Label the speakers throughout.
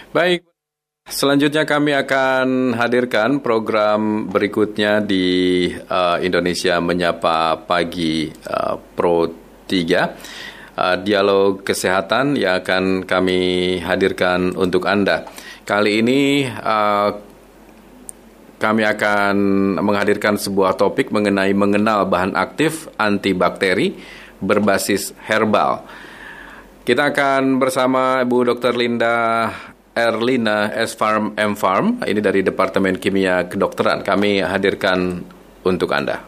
Speaker 1: Baik, selanjutnya kami akan hadirkan program berikutnya di Indonesia Menyapa Pagi Pro 3, dialog kesehatan yang akan kami hadirkan untuk Anda. Kali ini kami akan menghadirkan sebuah topik mengenai mengenal bahan aktif antibakteri berbasis herbal. Kita akan bersama Bu Dr. Linda Erlina S. Farm M. Farm, ini dari Departemen Kimia Kedokteran. Kami hadirkan untuk Anda.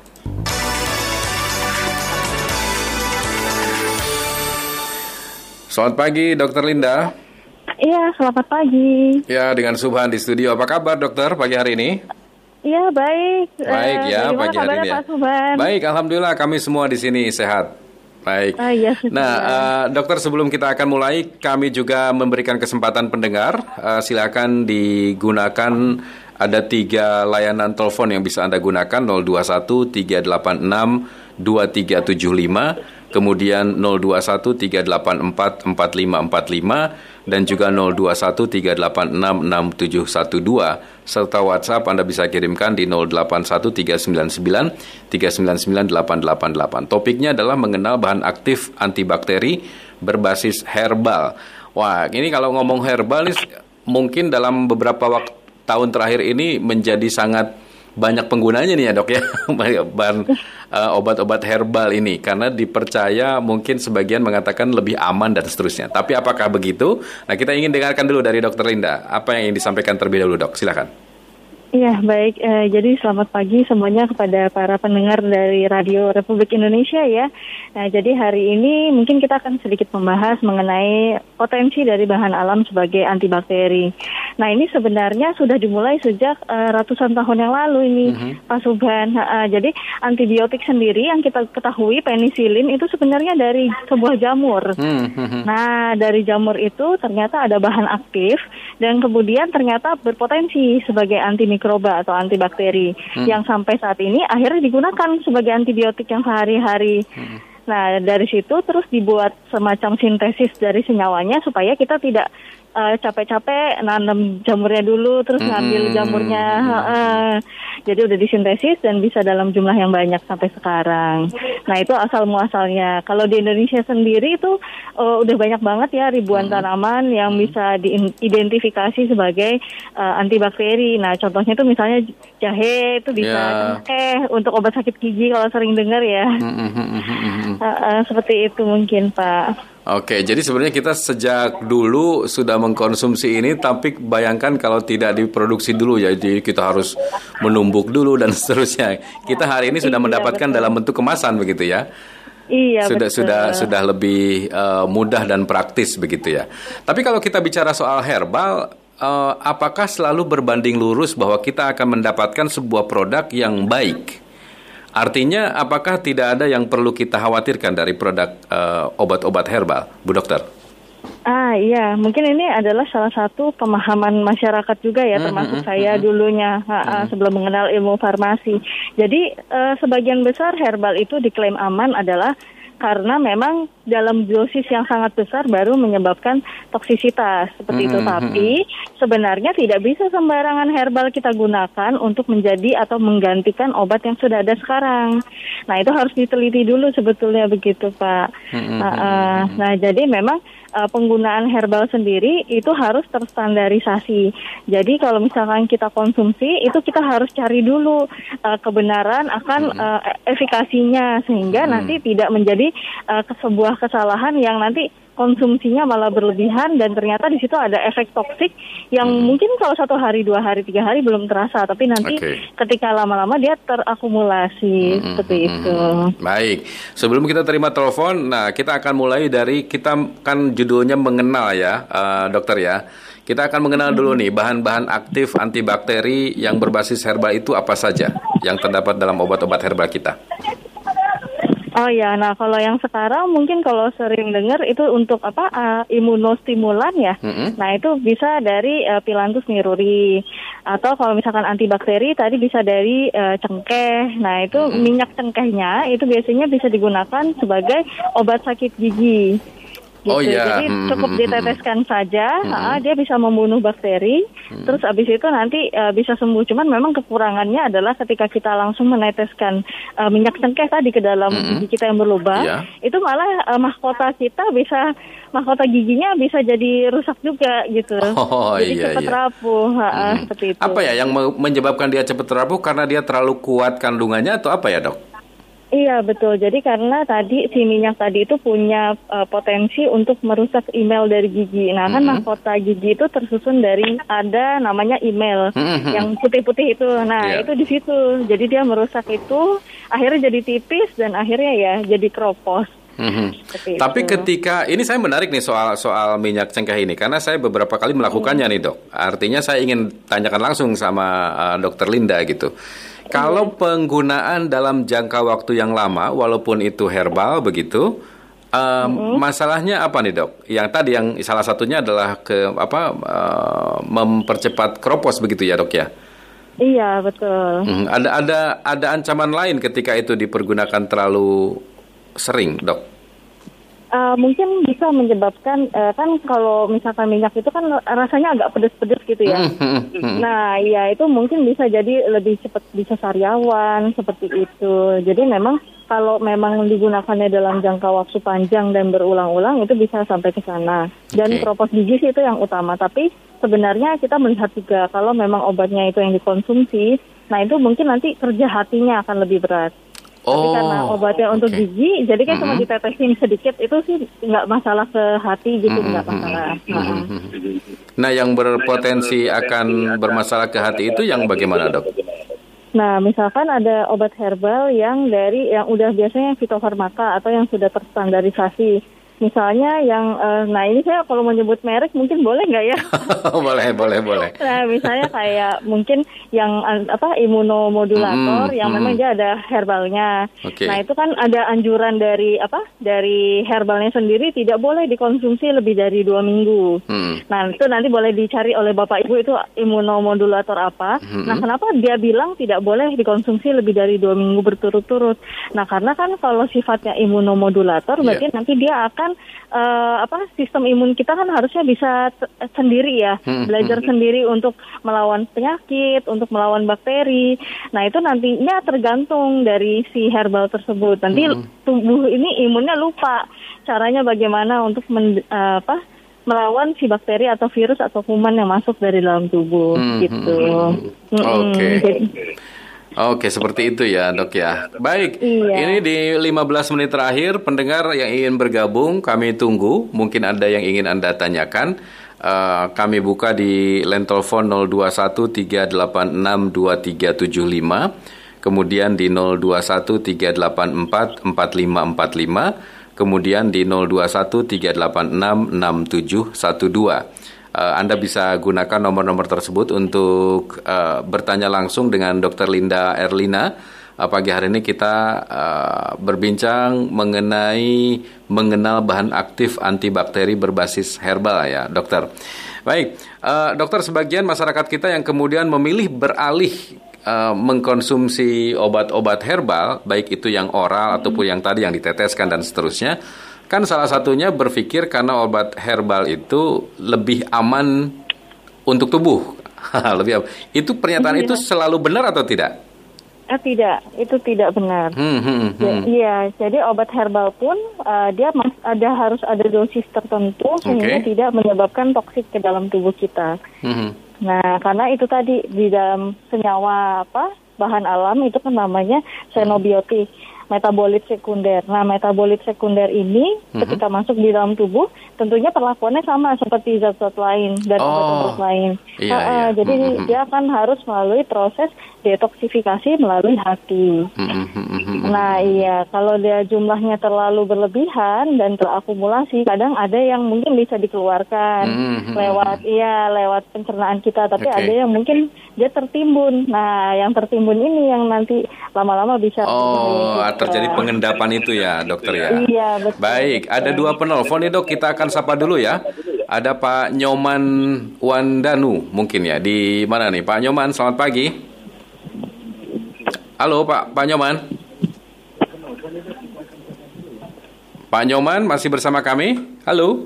Speaker 1: Selamat pagi, Dr. Linda.
Speaker 2: Iya, selamat pagi.
Speaker 1: Ya, dengan Subhan di studio. Apa kabar, dokter, pagi hari ini?
Speaker 2: Iya, baik.
Speaker 1: Baik ya, pagi hari ini ya.
Speaker 2: Pak Subhan?
Speaker 1: Baik, alhamdulillah kami semua di sini sehat. Baik.
Speaker 2: Iya,
Speaker 1: nah, dokter, sebelum kita akan mulai, kami juga memberikan kesempatan pendengar. Silakan digunakan, ada 3 layanan telepon yang bisa Anda gunakan, 021 386 2375, kemudian 021 384 4545, dan juga 021 386 6712, serta WhatsApp Anda bisa kirimkan di 081 399 399 888. Topiknya adalah mengenal bahan aktif antibakteri berbasis herbal. Wah, ini kalau ngomong herbal ini mungkin dalam beberapa tahun terakhir ini menjadi sangat banyak penggunanya nih ya, Dok ya, bahan obat-obat herbal ini, karena dipercaya mungkin sebagian mengatakan lebih aman dan seterusnya. Tapi apakah begitu? Nah, kita ingin dengarkan dulu dari Dr. Linda. Apa yang ingin disampaikan terlebih dahulu, Dok? Silakan.
Speaker 2: Iya, baik. Jadi selamat pagi semuanya kepada para pendengar dari Radio Republik Indonesia ya. Nah, jadi hari ini mungkin kita akan sedikit membahas mengenai potensi dari bahan alam sebagai antibakteri. Nah, ini sebenarnya sudah dimulai sejak ratusan tahun yang lalu ini, Pak Subhan. Jadi antibiotik sendiri yang kita ketahui, penisilin, itu sebenarnya dari sebuah jamur. Nah, dari jamur itu ternyata ada bahan aktif dan kemudian ternyata berpotensi sebagai antimikroba atau antibakteri yang sampai saat ini akhirnya digunakan sebagai antibiotik yang sehari-hari. Nah, dari situ terus dibuat semacam sintesis dari senyawanya supaya kita tidak capek-capek nanam jamurnya dulu terus ngambil jamurnya. Jadi udah disintesis dan bisa dalam jumlah yang banyak sampai sekarang. Nah, itu asal muasalnya. Kalau di Indonesia sendiri itu udah banyak banget ya, ribuan tanaman yang bisa diidentifikasi sebagai antibakteri. Nah, contohnya itu misalnya jahe itu bisa cengkeh untuk obat sakit gigi kalau sering dengar ya. Seperti itu mungkin, Pak.
Speaker 1: Oke, jadi sebenarnya kita sejak dulu sudah mengkonsumsi ini, tapi bayangkan kalau tidak diproduksi dulu, jadi kita harus menumbuk dulu dan seterusnya. Kita hari ini sudah mendapatkan dalam bentuk kemasan begitu ya.
Speaker 2: Iya,
Speaker 1: sudah lebih mudah dan praktis begitu ya. Tapi kalau kita bicara soal herbal, apakah selalu berbanding lurus bahwa kita akan mendapatkan sebuah produk yang baik? Artinya, apakah tidak ada yang perlu kita khawatirkan dari produk obat-obat herbal, Bu Dokter?
Speaker 2: Iya, mungkin ini adalah salah satu pemahaman masyarakat juga ya, termasuk saya dulunya sebelum mengenal ilmu farmasi. Jadi, sebagian besar herbal itu diklaim aman adalah karena memang dalam dosis yang sangat besar baru menyebabkan toksisitas seperti itu. Tapi sebenarnya tidak bisa sembarangan herbal kita gunakan untuk menjadi atau menggantikan obat yang sudah ada sekarang. Nah, itu harus diteliti dulu sebetulnya begitu, Pak. Nah, jadi memang penggunaan herbal sendiri itu harus terstandarisasi. Jadi kalau misalkan kita konsumsi, itu kita harus cari dulu kebenaran akan efikasinya, sehingga nanti tidak menjadi sebuah kesalahan yang nanti konsumsinya malah berlebihan dan ternyata di situ ada efek toksik yang mungkin kalau 1 hari, 2 hari, 3 hari belum terasa, tapi nanti ketika lama-lama dia terakumulasi seperti itu.
Speaker 1: Baik, sebelum kita terima telepon, nah kita akan mulai dari, kita kan judulnya mengenal ya, dokter ya. Kita akan mengenal dulu nih bahan-bahan aktif antibakteri yang berbasis herbal itu apa saja yang terdapat dalam obat-obat herbal kita.
Speaker 2: Oh ya, nah kalau yang sekarang mungkin kalau sering dengar itu untuk imunostimulan ya. Nah itu bisa dari Phyllanthus niruri, atau kalau misalkan antibakteri tadi bisa dari cengkeh. Nah itu minyak cengkehnya itu biasanya bisa digunakan sebagai obat sakit gigi. gitu. Jadi cukup diteteskan saja, dia bisa membunuh bakteri. Terus abis itu nanti bisa sembuh. Cuman memang kekurangannya adalah ketika kita langsung meneteskan minyak cengkeh tadi ke dalam gigi kita yang berlubang, itu malah mahkota giginya bisa jadi rusak juga gitu. Jadi cepat rapuh, seperti itu.
Speaker 1: Apa ya yang menyebabkan dia cepat rapuh? Karena dia terlalu kuat kandungannya atau apa ya, Dok?
Speaker 2: Iya betul, jadi karena tadi si minyak tadi itu punya potensi untuk merusak email dari gigi. Nah kan mahkota gigi itu tersusun dari ada namanya email yang putih-putih itu. Nah itu di situ, jadi dia merusak itu, akhirnya jadi tipis dan akhirnya ya jadi kropos.
Speaker 1: Tapi ketika ini saya menarik nih soal minyak cengkeh ini karena saya beberapa kali melakukannya nih, Dok. Artinya saya ingin tanyakan langsung sama Dokter Linda gitu. Kalau penggunaan dalam jangka waktu yang lama, walaupun itu herbal begitu, masalahnya apa nih, Dok? Yang tadi yang salah satunya adalah mempercepat kropos begitu ya, Dok ya?
Speaker 2: Iya betul.
Speaker 1: Ada ancaman lain ketika itu dipergunakan terlalu sering, Dok?
Speaker 2: Mungkin bisa menyebabkan kan kalau misalkan minyak itu kan rasanya agak pedes-pedes gitu ya. Nah, ya itu mungkin bisa jadi lebih cepat bisa sariawan seperti itu. Jadi memang kalau memang digunakannya dalam jangka waktu panjang dan berulang-ulang itu bisa sampai ke sana. Dan kropos gigi sih itu yang utama. Tapi sebenarnya kita melihat juga kalau memang obatnya itu yang dikonsumsi, nah itu mungkin nanti kerja hatinya akan lebih berat. Tapi karena obatnya untuk gigi, jadi kan cuma ditetesin sedikit, itu sih nggak masalah ke hati gitu, nggak masalah.
Speaker 1: Nah, yang berpotensi akan bermasalah ke hati itu yang bagaimana, Dok?
Speaker 2: Nah, misalkan ada obat herbal yang udah biasanya fitofarmaka atau yang sudah terstandarisasi. Misalnya yang, nah ini saya kalau menyebut merek mungkin boleh nggak ya?
Speaker 1: Boleh.
Speaker 2: Nah, misalnya kayak mungkin yang imunomodulator yang memang dia ada herbalnya. Nah, itu kan ada anjuran dari herbalnya sendiri tidak boleh dikonsumsi lebih dari 2 minggu. Nah, itu nanti boleh dicari oleh Bapak Ibu itu imunomodulator apa. Nah, kenapa dia bilang tidak boleh dikonsumsi lebih dari 2 minggu berturut-turut? Nah, karena kan kalau sifatnya imunomodulator berarti nanti dia akan sistem imun kita kan harusnya bisa sendiri ya, belajar sendiri untuk melawan penyakit, untuk melawan bakteri. Nah, itu nantinya tergantung dari si herbal tersebut. Nanti tubuh ini imunnya lupa caranya bagaimana untuk melawan si bakteri atau virus atau kuman yang masuk dari dalam tubuh gitu.
Speaker 1: Oke, seperti itu ya, Dok ya. Baik, ini di 15 menit terakhir, pendengar yang ingin bergabung, kami tunggu. Mungkin ada yang ingin Anda tanyakan. Kami buka di line telepon 021-386-2375, kemudian di 021-384-4545, kemudian di 021-386-6712. Anda bisa gunakan nomor-nomor tersebut untuk bertanya langsung dengan Dr. Linda Erlina. Pagi hari ini kita berbincang mengenal bahan aktif antibakteri berbasis herbal ya, Dokter. Baik, Dokter, sebagian masyarakat kita yang kemudian memilih beralih mengkonsumsi obat-obat herbal, baik itu yang oral ataupun yang tadi yang diteteskan dan seterusnya. Kan salah satunya berpikir karena obat herbal itu lebih aman untuk tubuh. Lebih aman. Itu pernyataan itu selalu benar atau tidak?
Speaker 2: Tidak, itu tidak benar. Iya, jadi obat herbal pun dia harus ada dosis tertentu sehingga tidak menyebabkan toksik ke dalam tubuh kita. Nah, karena itu tadi di dalam senyawa bahan alam itu kan namanya xenobiotik, metabolit sekunder. Nah, metabolit sekunder ini ketika masuk di dalam tubuh, tentunya perlakuannya sama seperti zat-zat lain dan obat-obat lain. Jadi dia akan harus melalui proses detoksifikasi melalui hati. Nah, kalau dia jumlahnya terlalu berlebihan dan terakumulasi, kadang ada yang mungkin bisa dikeluarkan lewat pencernaan kita, tapi ada yang mungkin dia tertimbun. Nah, yang tertimbun ini yang nanti lama-lama bisa
Speaker 1: terjadi pengendapan itu ya, Dokter ya.
Speaker 2: Iya, betul.
Speaker 1: Baik, ada 2 penelpon nih, Dok. Kita akan sapa dulu ya. Ada Pak Nyoman Wandanu mungkin ya. Di mana nih, Pak Nyoman? Selamat pagi. Halo, Pak Nyoman. Pak Nyoman masih bersama kami? Halo?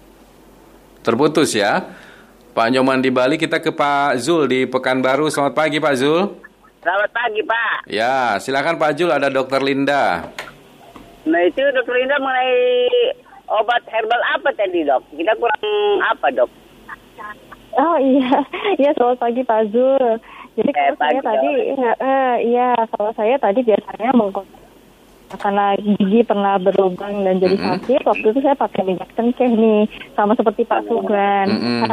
Speaker 1: Terputus ya. Pak Nyoman di Bali, kita ke Pak Zul di Pekanbaru. Selamat pagi Pak Zul.
Speaker 3: Selamat pagi, Pak.
Speaker 1: Ya, silakan Pak Zul, ada Dokter Linda.
Speaker 3: Nah, itu Dokter Linda mengenai obat herbal apa tadi, Dok? Kita kurang apa, Dok?
Speaker 2: Oh iya, ya selamat pagi Pak Zul. Jadi kalau saya
Speaker 3: pagi,
Speaker 2: tadi, kalau saya tadi biasanya karena gigi pernah berlubang dan jadi sakit, waktu itu saya pakai minyak cengkeh nih, sama seperti Pak Sugran,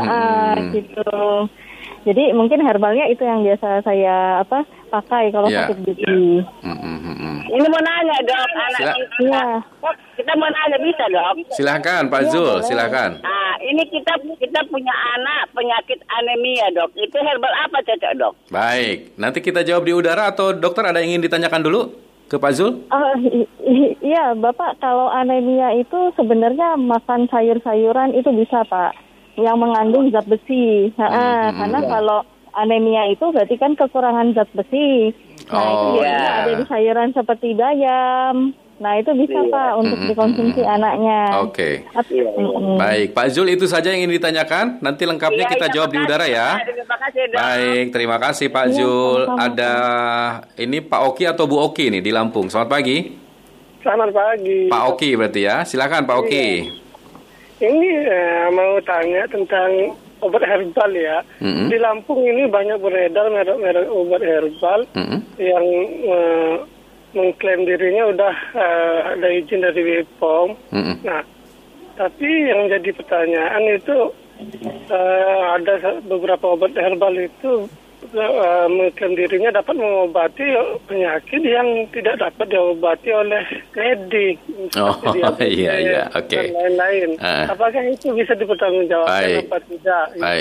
Speaker 2: gitu. Jadi mungkin herbalnya itu yang biasa saya pakai kalau sakit gigi.
Speaker 3: Ini mau nanya, Dok, anak kita mau nanya bisa, Dok?
Speaker 1: Silakan Pak Zul, silakan.
Speaker 3: Nah, ini kita punya anak penyakit anemia, Dok. Itu herbal apa cocok, Dok?
Speaker 1: Baik, nanti kita jawab di udara atau dokter ada yang ingin ditanyakan dulu ke Pak Zul?
Speaker 2: Iya, Bapak, kalau anemia itu sebenarnya makan sayur-sayuran itu bisa, Pak, yang mengandung zat besi. Karena kalau anemia itu berarti kan kekurangan zat besi. Nah, itu biasanya ada di sayuran seperti bayam. Nah, itu bisa Pak untuk dikonsumsi anaknya.
Speaker 1: Oke. Baik, Pak Zul, itu saja yang ingin ditanyakan. Nanti lengkapnya kita jawab di udara ya.
Speaker 3: Terima kasih, Dok.
Speaker 1: Baik, terima kasih Pak Zul. Ada ini Pak Oki atau Bu Oki nih di Lampung. Selamat pagi.
Speaker 4: Selamat pagi.
Speaker 1: Pak Oki berarti ya. Silakan Pak Oki.
Speaker 4: Ini mau tanya tentang obat herbal ya. Di Lampung ini banyak beredar merek-merek obat herbal yang mengklaim dirinya udah ada izin dari BPOM. Nah, tapi yang jadi pertanyaan itu ada beberapa obat herbal itu mengklaim dirinya dapat mengobati penyakit yang tidak dapat diobati oleh medik.
Speaker 1: Iya, oke.
Speaker 4: Dan lain-lain. Apakah itu bisa dipertanggungjawabkan apa tidak?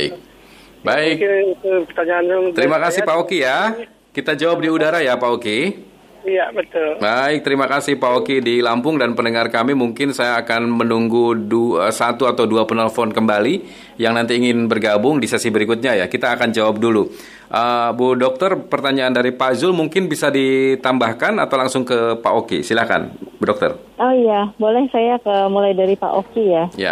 Speaker 1: Baik.
Speaker 4: Itu pertanyaan.
Speaker 1: Terima kasih Pak Oki ya. Kita jawab di udara ya Pak Oki.
Speaker 4: Iya, betul.
Speaker 1: Baik, terima kasih Pak Oki di Lampung dan pendengar kami. Mungkin saya akan menunggu 1 atau 2 penelpon kembali yang nanti ingin bergabung di sesi berikutnya ya. Kita akan jawab dulu. Bu Dokter, pertanyaan dari Pak Zul mungkin bisa ditambahkan atau langsung ke Pak Oki. Silakan, Bu Dokter.
Speaker 2: Oh iya, boleh saya mulai dari Pak Oki ya.
Speaker 1: Ya.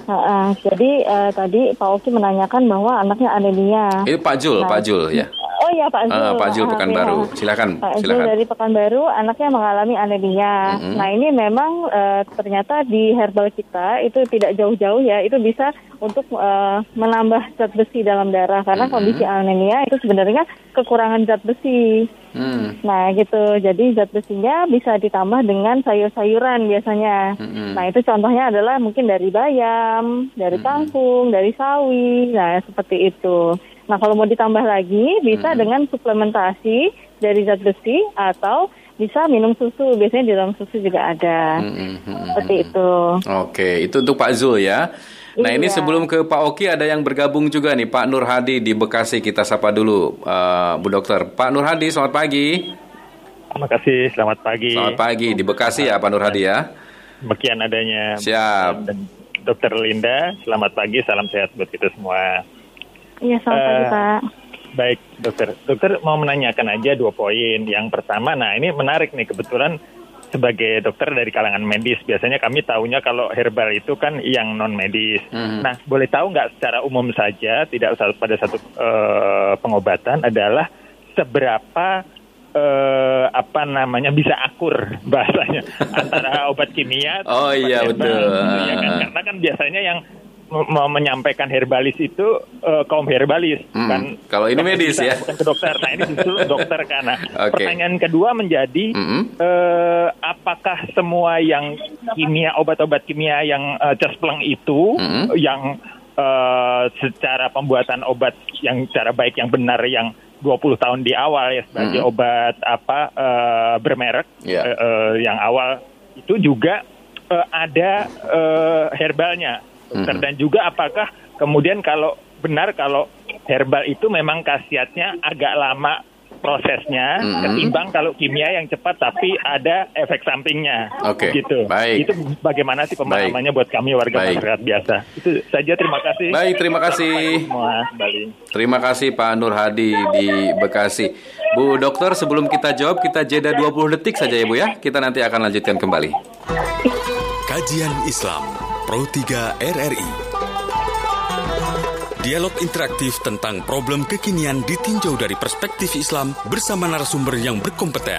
Speaker 2: Jadi tadi Pak Oki menanyakan bahwa anaknya anemia.
Speaker 1: Itu Pak Zul, Pak Zul ya.
Speaker 2: Oh iya Pak Zul.
Speaker 1: Pak Zul Pekanbaru. Silakan.
Speaker 2: Pak Zul dari Pekanbaru, anaknya mengalami anemia. Nah ini memang ternyata di herbal kita itu tidak jauh-jauh ya, itu bisa untuk menambah zat besi dalam darah karena kondisi anemia itu sebenarnya kekurangan zat besi. Nah gitu, jadi zat besinya bisa ditambah dengan sayur-sayuran biasanya. Nah itu contohnya adalah mungkin dari bayam, dari kangkung, dari sawi, nah seperti itu. Nah kalau mau ditambah lagi bisa dengan suplementasi dari zat besi atau bisa minum susu, biasanya di dalam susu juga ada. Seperti itu.
Speaker 1: Oke, itu untuk Pak Zul ya. Nah ini sebelum ke Pak Oki ada yang bergabung juga nih, Pak Nur Hadi di Bekasi. Kita sapa dulu Bu Dokter. Pak Nur Hadi, selamat pagi.
Speaker 5: Terima kasih, selamat pagi.
Speaker 1: Selamat pagi di Bekasi ya Pak Nur Hadi ya.
Speaker 5: Demikian adanya.
Speaker 1: Siap.
Speaker 5: Dan Dokter Linda, selamat pagi, salam sehat buat kita semua.
Speaker 2: Iya, selamat pagi Pak.
Speaker 5: Baik dokter, dokter mau menanyakan aja 2 poin. Yang pertama, nah ini menarik nih, kebetulan sebagai dokter dari kalangan medis, biasanya kami tahunya kalau herbal itu kan yang non medis. Nah, boleh tahu nggak secara umum saja, tidak pada satu pengobatan adalah seberapa bisa akur bahasanya antara obat kimia.
Speaker 1: Oh iya
Speaker 5: herbal,
Speaker 1: betul.
Speaker 5: Ya kan? Karena kan biasanya yang menyampaikan herbalis itu kaum herbalis kan. Kalau ini medis ya, bukan ke dokter. Nah ini justru dokter karena. Pertanyaan kedua menjadi apakah semua yang kimia, obat-obat kimia yang cespleng itu yang secara pembuatan obat yang cara baik, yang benar, yang 20 tahun di awal ya sebagai obat bermerek yang awal itu juga ada herbalnya. Dokter, dan juga apakah kemudian kalau benar kalau herbal itu memang khasiatnya agak lama prosesnya ketimbang kalau kimia yang cepat tapi ada efek sampingnya. Gitu.
Speaker 1: Baik.
Speaker 5: Itu bagaimana sih pemahamannya buat kami warga masyarakat biasa. Itu saja, terima kasih.
Speaker 1: Baik, terima kasih. Terima kasih Pak Nur Hadi di Bekasi. Bu Dokter, sebelum kita jawab kita jeda 20 detik saja ya Bu ya. Kita nanti akan lanjutkan kembali.
Speaker 6: Kajian Islam Pro 3 RRI. Dialog interaktif tentang problem kekinian ditinjau dari perspektif Islam bersama narasumber yang berkompeten.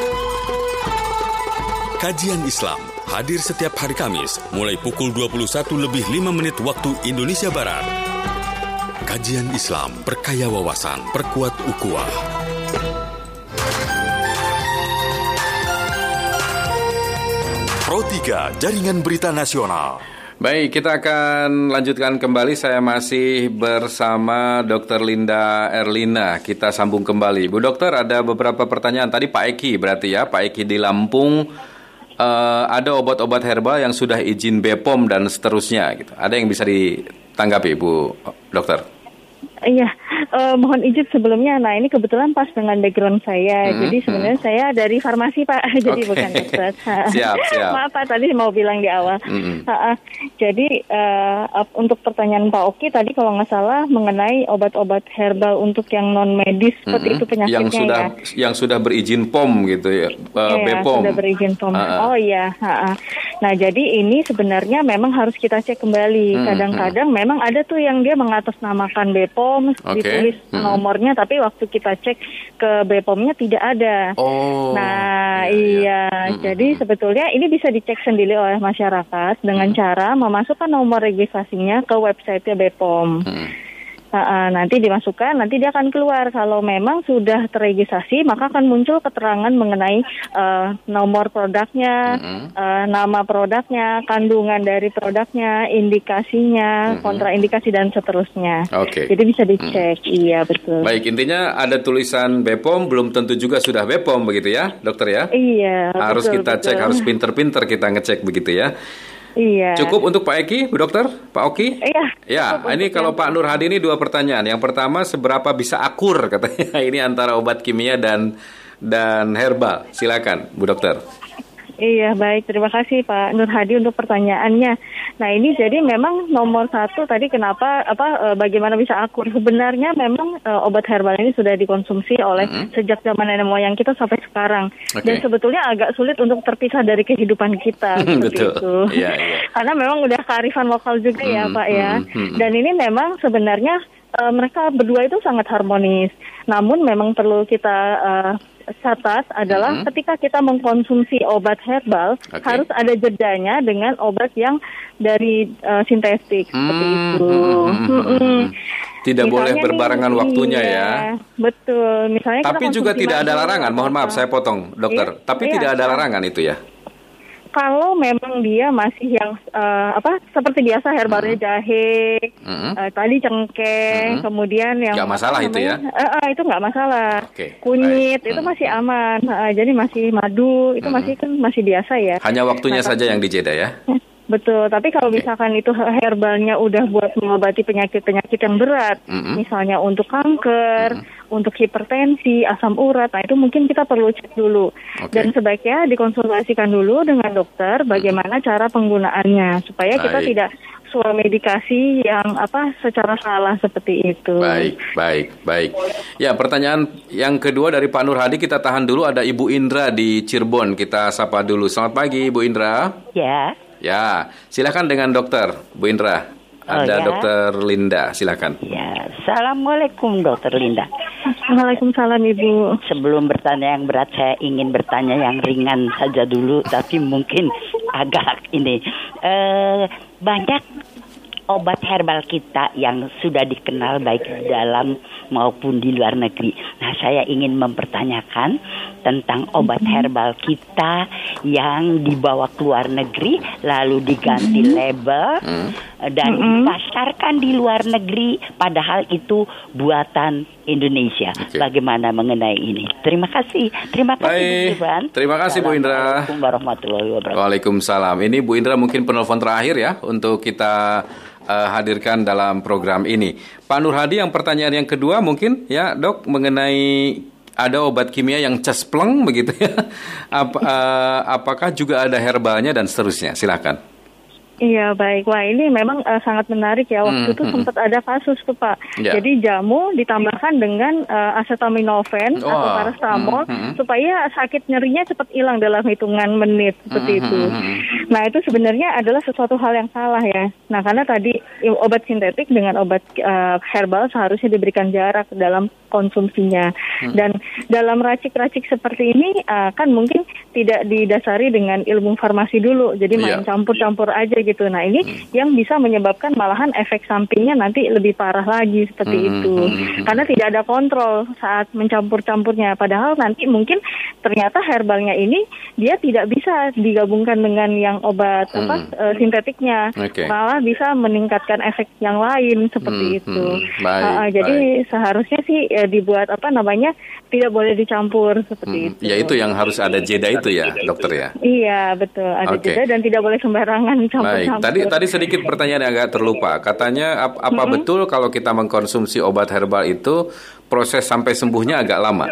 Speaker 6: Kajian Islam hadir setiap hari Kamis mulai pukul 21:05 waktu Indonesia Barat. Kajian Islam perkaya wawasan, perkuat ukhuwah. Pro 3 Jaringan Berita Nasional.
Speaker 1: Baik, kita akan lanjutkan kembali. Saya masih bersama Dr. Linda Erlina. Kita sambung kembali. Bu Dokter, ada beberapa pertanyaan. Tadi Pak Eki berarti ya, Pak Eki di Lampung. Ada obat-obat herbal yang sudah izin BPOM dan seterusnya. Gitu. Ada yang bisa ditanggapi, Bu Dokter?
Speaker 2: Iya, mohon izin sebelumnya. Nah, ini kebetulan pas dengan background saya. Jadi sebenarnya saya dari farmasi, Pak. Jadi bukan dokter.
Speaker 1: Siap.
Speaker 2: Maaf, Pak, tadi mau bilang di awal. Jadi untuk pertanyaan Pak Oki tadi kalau nggak salah mengenai obat-obat herbal untuk yang non medis seperti itu penyakitnya
Speaker 1: yang sudah berizin POM gitu ya, BPOM.
Speaker 2: Sudah berizin POM. Oh iya. Nah, jadi ini sebenarnya memang harus kita cek kembali. Kadang-kadang memang ada tuh yang dia mengatasnamakan BPOM, ditulis nomornya, tapi waktu kita cek ke BPOM-nya tidak ada. Jadi sebetulnya ini bisa dicek sendiri oleh masyarakat dengan cara memasukkan nomor registrasinya ke website-nya BPOM. Nanti dimasukkan, nanti dia akan keluar. Kalau memang sudah terregistrasi, maka akan muncul keterangan mengenai nomor produknya, nama produknya, kandungan dari produknya, indikasinya, kontraindikasi dan seterusnya. Jadi bisa dicek. Iya, betul.
Speaker 1: Baik, intinya ada tulisan BPOM, belum tentu juga sudah BPOM begitu ya, dokter ya?
Speaker 2: Iya.
Speaker 1: Harus kita cek, harus pinter-pinter kita ngecek begitu ya.
Speaker 2: Iya.
Speaker 1: Cukup untuk Pak Eki, Bu Dokter? Pak Oki?
Speaker 2: Iya.
Speaker 1: Ya, ini kalau Pak Nur Hadi ini 2 pertanyaan. Yang pertama, seberapa bisa akur katanya ini antara obat kimia dan herbal? Silakan, Bu Dokter.
Speaker 2: Iya, baik. Terima kasih Pak Nur Hadi untuk pertanyaannya. Nah, ini jadi memang nomor 1 tadi kenapa bagaimana bisa akur? Sebenarnya memang obat herbal ini sudah dikonsumsi oleh sejak zaman nenek moyang kita sampai sekarang. Dan sebetulnya agak sulit untuk terpisah dari kehidupan kita.
Speaker 1: Betul.
Speaker 2: Itu.
Speaker 1: Iya.
Speaker 2: Karena memang udah kearifan lokal juga ya, Pak ya. Dan ini memang sebenarnya mereka berdua itu sangat harmonis. Namun memang perlu kita catat adalah ketika kita mengkonsumsi obat herbal harus ada jedanya dengan obat yang dari sintetik seperti itu.
Speaker 1: Tidak boleh berbarengan waktunya ya.
Speaker 2: Betul. Misalnya
Speaker 1: tapi juga tidak ada larangan. Mohon maaf saya potong, Dokter. Tapi tidak ada larangan itu ya.
Speaker 2: Kalau memang dia masih yang seperti biasa herbalnya jahe, tadi cengkeh, kemudian yang
Speaker 1: nggak masalah itu ya?
Speaker 2: Itu nggak masalah. Kunyit itu masih aman. Jadi masih madu itu masih biasa ya.
Speaker 1: Hanya waktunya saja yang dijeda ya.
Speaker 2: Betul, tapi kalau misalkan itu herbalnya udah buat mengobati penyakit-penyakit yang berat, misalnya untuk kanker, untuk hipertensi, asam urat, nah itu mungkin kita perlu cek dulu. Dan sebaiknya dikonsultasikan dulu dengan dokter bagaimana cara penggunaannya, supaya kita tidak medikasi yang secara salah seperti itu.
Speaker 1: Baik. Ya, pertanyaan yang kedua dari Pak Nur Hadi kita tahan dulu. Ada Ibu Indra di Cirebon, kita sapa dulu. Selamat pagi, Ibu Indra. Ya, silakan dengan dokter, Bu Indra. Ada Dokter Linda, silakan.
Speaker 7: Ya, Assalamualaikum Dokter Linda.
Speaker 2: Waalaikumsalam Ibu.
Speaker 7: Sebelum bertanya yang berat, saya ingin bertanya yang ringan saja dulu, tapi mungkin agak ini. Banyak obat herbal kita yang sudah dikenal baik di dalam maupun di luar negeri. Nah, saya ingin mempertanyakan tentang obat herbal kita yang dibawa ke luar negeri lalu diganti label dan dipasarkan di luar negeri padahal itu buatan Indonesia. Bagaimana mengenai ini? Terima kasih.
Speaker 1: Baik. Terima kasih Bu Indra.
Speaker 7: Assalamualaikum warahmatullahi wabarakatuh.
Speaker 1: Waalaikumsalam. Ini Bu Indra mungkin penelpon terakhir ya untuk kita hadirkan dalam program ini. Pak Nur Hadi yang pertanyaan yang kedua mungkin ya Dok mengenai ada obat kimia yang cespleng begitu ya. Apakah juga ada herbalnya dan seterusnya? Silakan.
Speaker 2: Iya, baik. Wah, ini memang sangat menarik ya. Waktu itu sempat ada kasus tuh, Pak. Jadi jamu ditambahkan dengan acetaminophen atau paracetamol supaya sakit nyerinya cepat hilang dalam hitungan menit seperti itu. Nah, itu sebenarnya adalah sesuatu hal yang salah ya. Nah, karena tadi obat sintetik dengan obat herbal seharusnya diberikan jarak dalam konsumsinya. Dan dalam racik-racik seperti ini kan mungkin tidak didasari dengan ilmu farmasi dulu. Jadi main campur-campur aja gitu. Nah, ini yang bisa menyebabkan malahan efek sampingnya nanti lebih parah lagi seperti itu. Karena tidak ada kontrol saat mencampur-campurnya. Padahal nanti mungkin ternyata herbalnya ini dia tidak bisa digabungkan dengan yang obat sintetiknya. Malah bisa meningkatkan efek yang lain seperti itu. Jadi seharusnya sih dibuat tidak boleh dicampur seperti itu.
Speaker 1: Ya, itu yang harus ada jeda itu ya, dokter ya.
Speaker 2: Iya, betul, ada jeda dan tidak boleh sembarangan campur-campur.
Speaker 1: Tadi sedikit pertanyaan yang agak terlupa. Katanya apa betul kalau kita mengkonsumsi obat herbal itu proses sampai sembuhnya agak lama?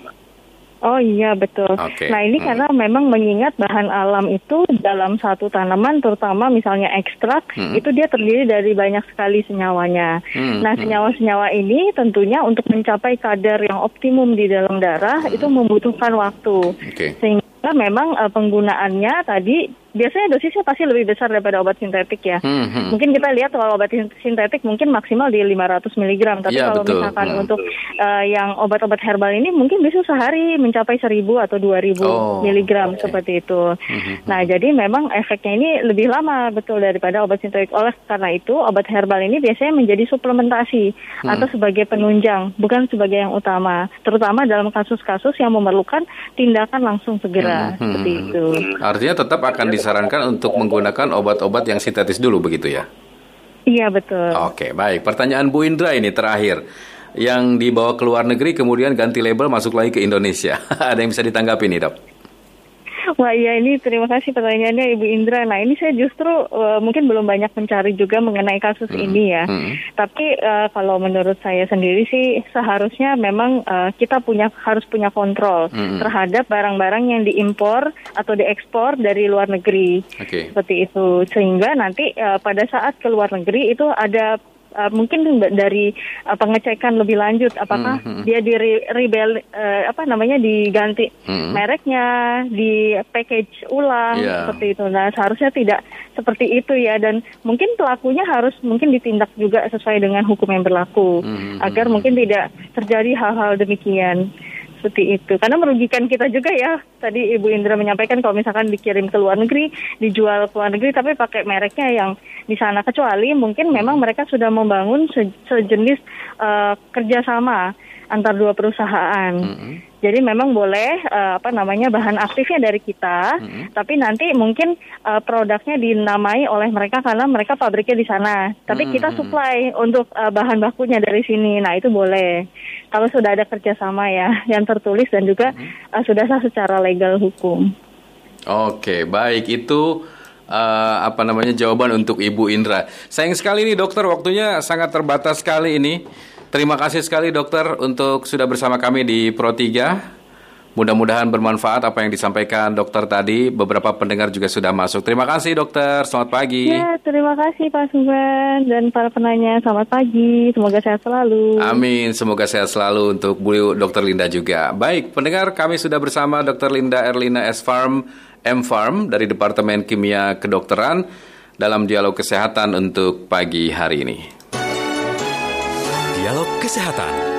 Speaker 2: Oh iya, betul. Nah, ini karena memang mengingat bahan alam itu dalam satu tanaman, terutama misalnya ekstrak, itu dia terdiri dari banyak sekali senyawanya. Nah, senyawa-senyawa ini tentunya untuk mencapai kadar yang optimum di dalam darah itu membutuhkan waktu. Sehingga memang penggunaannya tadi biasanya dosisnya pasti lebih besar daripada obat sintetik ya. Mungkin kita lihat kalau obat sintetik mungkin maksimal di 500 mg. Tapi kalau misalkan untuk yang obat-obat herbal ini mungkin bisa sehari mencapai 1.000 atau 2.000 mg seperti itu. Nah, jadi memang efeknya ini lebih lama betul daripada obat sintetik. Oleh karena itu, obat herbal ini biasanya menjadi suplementasi atau sebagai penunjang, bukan sebagai yang utama. Terutama dalam kasus-kasus yang memerlukan tindakan langsung segera seperti itu.
Speaker 1: Artinya tetap akan disarankan untuk menggunakan obat-obat yang sintetis dulu begitu ya?
Speaker 2: Iya, betul.
Speaker 1: Oke, baik. Pertanyaan Bu Indra ini terakhir. Yang dibawa ke luar negeri kemudian ganti label masuk lagi ke Indonesia. Ada yang bisa ditanggapi nih, Dok?
Speaker 2: Wah, iya, ini terima kasih pertanyaannya Ibu Indra. Nah, ini saya justru mungkin belum banyak mencari juga mengenai kasus ini ya. Tapi kalau menurut saya sendiri sih seharusnya memang kita harus punya kontrol terhadap barang-barang yang diimpor atau diekspor dari luar negeri. Seperti itu. Sehingga nanti pada saat ke luar negeri itu ada mungkin dari pengecekan lebih lanjut apakah dia diganti mereknya, di package ulang seperti itu. Nah, seharusnya tidak seperti itu ya, dan mungkin pelakunya harus mungkin ditindak juga sesuai dengan hukum yang berlaku agar mungkin tidak terjadi hal-hal demikian. Seperti itu, karena merugikan kita juga ya. Tadi Ibu Indra menyampaikan kalau misalkan dikirim ke luar negeri, dijual ke luar negeri tapi pakai mereknya yang di sana, kecuali mungkin memang mereka sudah membangun sejenis kerjasama antar dua perusahaan. Jadi memang boleh bahan aktifnya dari kita, tapi nanti mungkin produknya dinamai oleh mereka karena mereka pabriknya di sana. Tapi kita supply untuk bahan bakunya dari sini. Nah, itu boleh. Kalau sudah ada kerjasama ya yang tertulis dan juga sudah sah secara legal hukum.
Speaker 1: Oke, baik, itu jawaban untuk Ibu Indra. Sayang sekali nih dokter, waktunya sangat terbatas sekali ini. Terima kasih sekali dokter untuk sudah bersama kami di Pro 3. Mudah-mudahan bermanfaat apa yang disampaikan dokter tadi. Beberapa pendengar juga sudah masuk. Terima kasih dokter, selamat pagi.
Speaker 2: Ya, terima kasih Pak Suban dan para penanya. Selamat pagi, semoga sehat selalu.
Speaker 1: Amin, semoga sehat selalu untuk Bu Dr. Linda juga. Baik, pendengar, kami sudah bersama Dr. Linda Erlina S-Pharm, M-Pharm dari Departemen Kimia Kedokteran dalam dialog kesehatan untuk pagi hari ini.
Speaker 6: Dialog Kesehatan.